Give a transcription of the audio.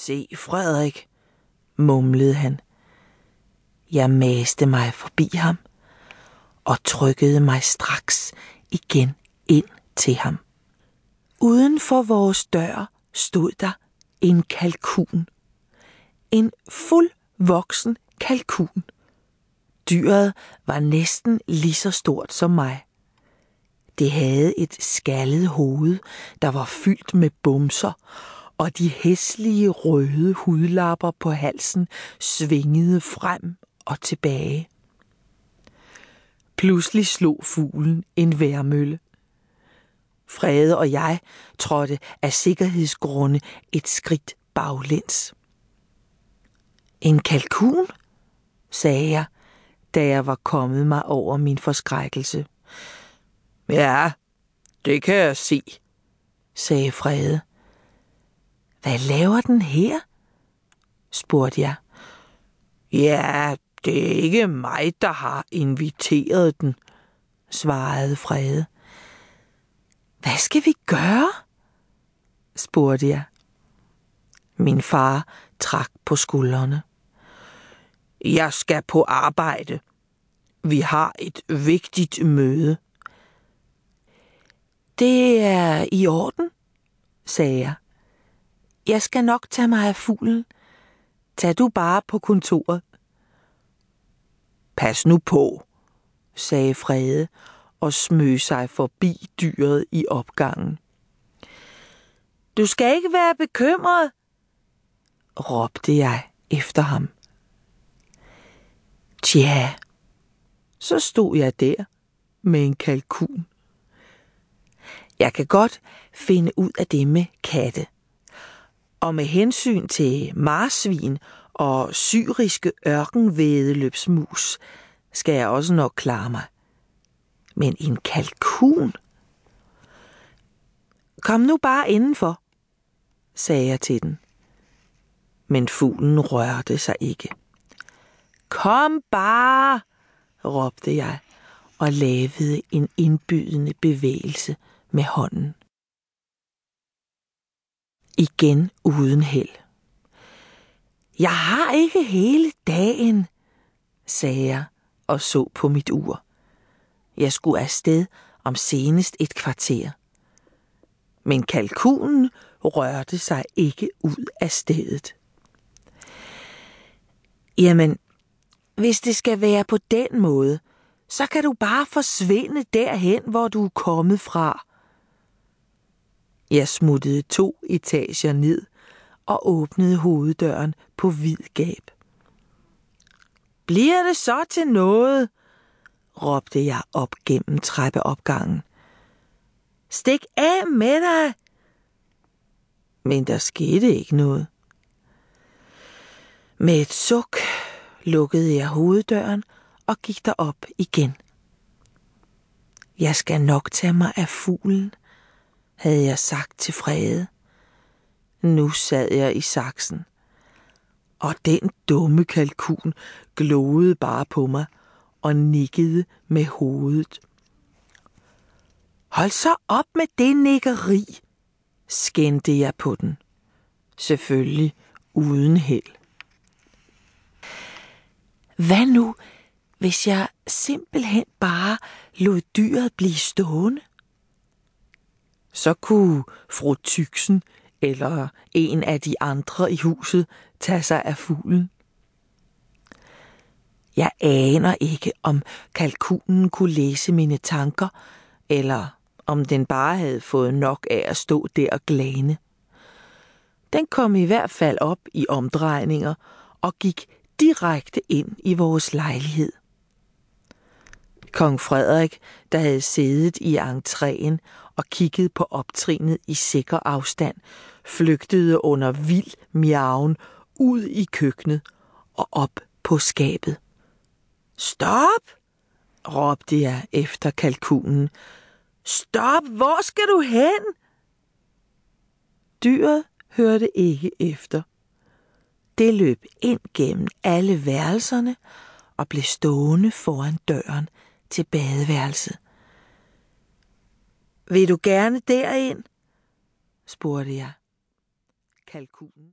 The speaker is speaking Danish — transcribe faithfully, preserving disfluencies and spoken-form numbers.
Se, Frederik, mumlede han. Jeg maste mig forbi ham og trykkede mig straks igen ind til ham. Uden for vores dør stod der en kalkun. En fuldvoksen kalkun. Dyret var næsten lige så stort som mig. Det havde et skaldet hoved, der var fyldt med bumser, og de hæslige røde hudlapper på halsen svingede frem og tilbage. Pludselig slog fuglen en vejrmølle. Frede og jeg trådte af sikkerhedsgrunde et skridt baglæns. En kalkun, sagde jeg, da jeg var kommet mig over min forskrækkelse. Ja, det kan jeg se, sagde Frede. Hvad laver den her? Spurgte jeg. Ja, det er ikke mig, der har inviteret den, svarede Frede. Hvad skal vi gøre? Spurgte jeg. Min far trak på skuldrene. Jeg skal på arbejde. Vi har et vigtigt møde. Det er i orden, sagde jeg. Jeg skal nok tage mig af fuglen. Tag du bare på kontoret. Pas nu på, sagde Frede og smøg sig forbi dyret i opgangen. Du skal ikke være bekymret, råbte jeg efter ham. Tja, så stod jeg der med en kalkun. Jeg kan godt finde ud af det med katte. Og med hensyn til marsvin og syriske ørkenvædeløbsmus skal jeg også nok klare mig. Men en kalkun? Kom nu bare indenfor, sagde jeg til den. Men fuglen rørte sig ikke. Kom bare, råbte jeg og lavede en indbydende bevægelse med hånden. Igen uden held. Jeg har ikke hele dagen, sagde jeg og så på mit ur. Jeg skulle afsted om senest et kvarter. Men kalkunen rørte sig ikke ud af stedet. Jamen, hvis det skal være på den måde, så kan du bare forsvinde derhen, hvor du er kommet fra. Jeg smuttede to etager ned og åbnede hoveddøren på vid gab. Bliver det så til noget? Råbte jeg op gennem trappeopgangen. Stik af med dig! Men der skete ikke noget. Med et suk lukkede jeg hoveddøren og gik derop igen. Jeg skal nok tage mig af fuglen, havde jeg sagt til Frede. Nu sad jeg i saksen, og den dumme kalkun gloede bare på mig og nikkede med hovedet. Hold så op med det nikkeri, skændte jeg på den. Selvfølgelig uden held. Hvad nu, hvis jeg simpelthen bare lod dyret blive stående? Så kunne fru Tyksen eller en af de andre i huset tage sig af fuglen. Jeg aner ikke, om kalkunen kunne læse mine tanker, eller om den bare havde fået nok af at stå der og glane. Den kom i hvert fald op i omdrejninger og gik direkte ind i vores lejlighed. Kong Frederik, der havde siddet i entréen og kigget på optrinet i sikker afstand, flygtede under vild miauen ud i køkkenet og op på skabet. Stop! Råbte jeg efter kalkunen. Stop! Hvor skal du hen? Dyret hørte ikke efter. Det løb ind gennem alle værelserne og blev stående foran døren til badeværelset. Vil du gerne derind? Spurgte jeg. Kalkunen